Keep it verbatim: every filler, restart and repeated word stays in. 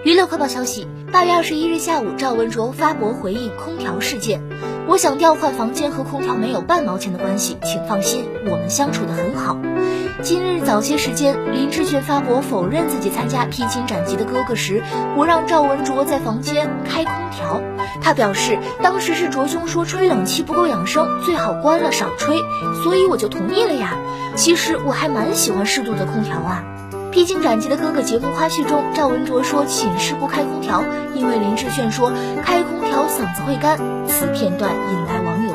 娱乐快报消息，八月二十一日下午，赵文卓发博回应空调事件。我想调换房间和空调没有半毛钱的关系，请放心，我们相处得很好。今日早些时间，林志炫发博否认自己参加《披荆斩棘的哥哥》时，我让赵文卓在房间开空调。他表示，当时是卓兄说吹冷气不够养生，最好关了少吹，所以我就同意了呀。其实我还蛮喜欢适度的空调啊。披荆斩棘的哥哥节目花絮中，赵文卓说寝室不开空调，因为林志炫说开空调嗓子会干，此片段引来网友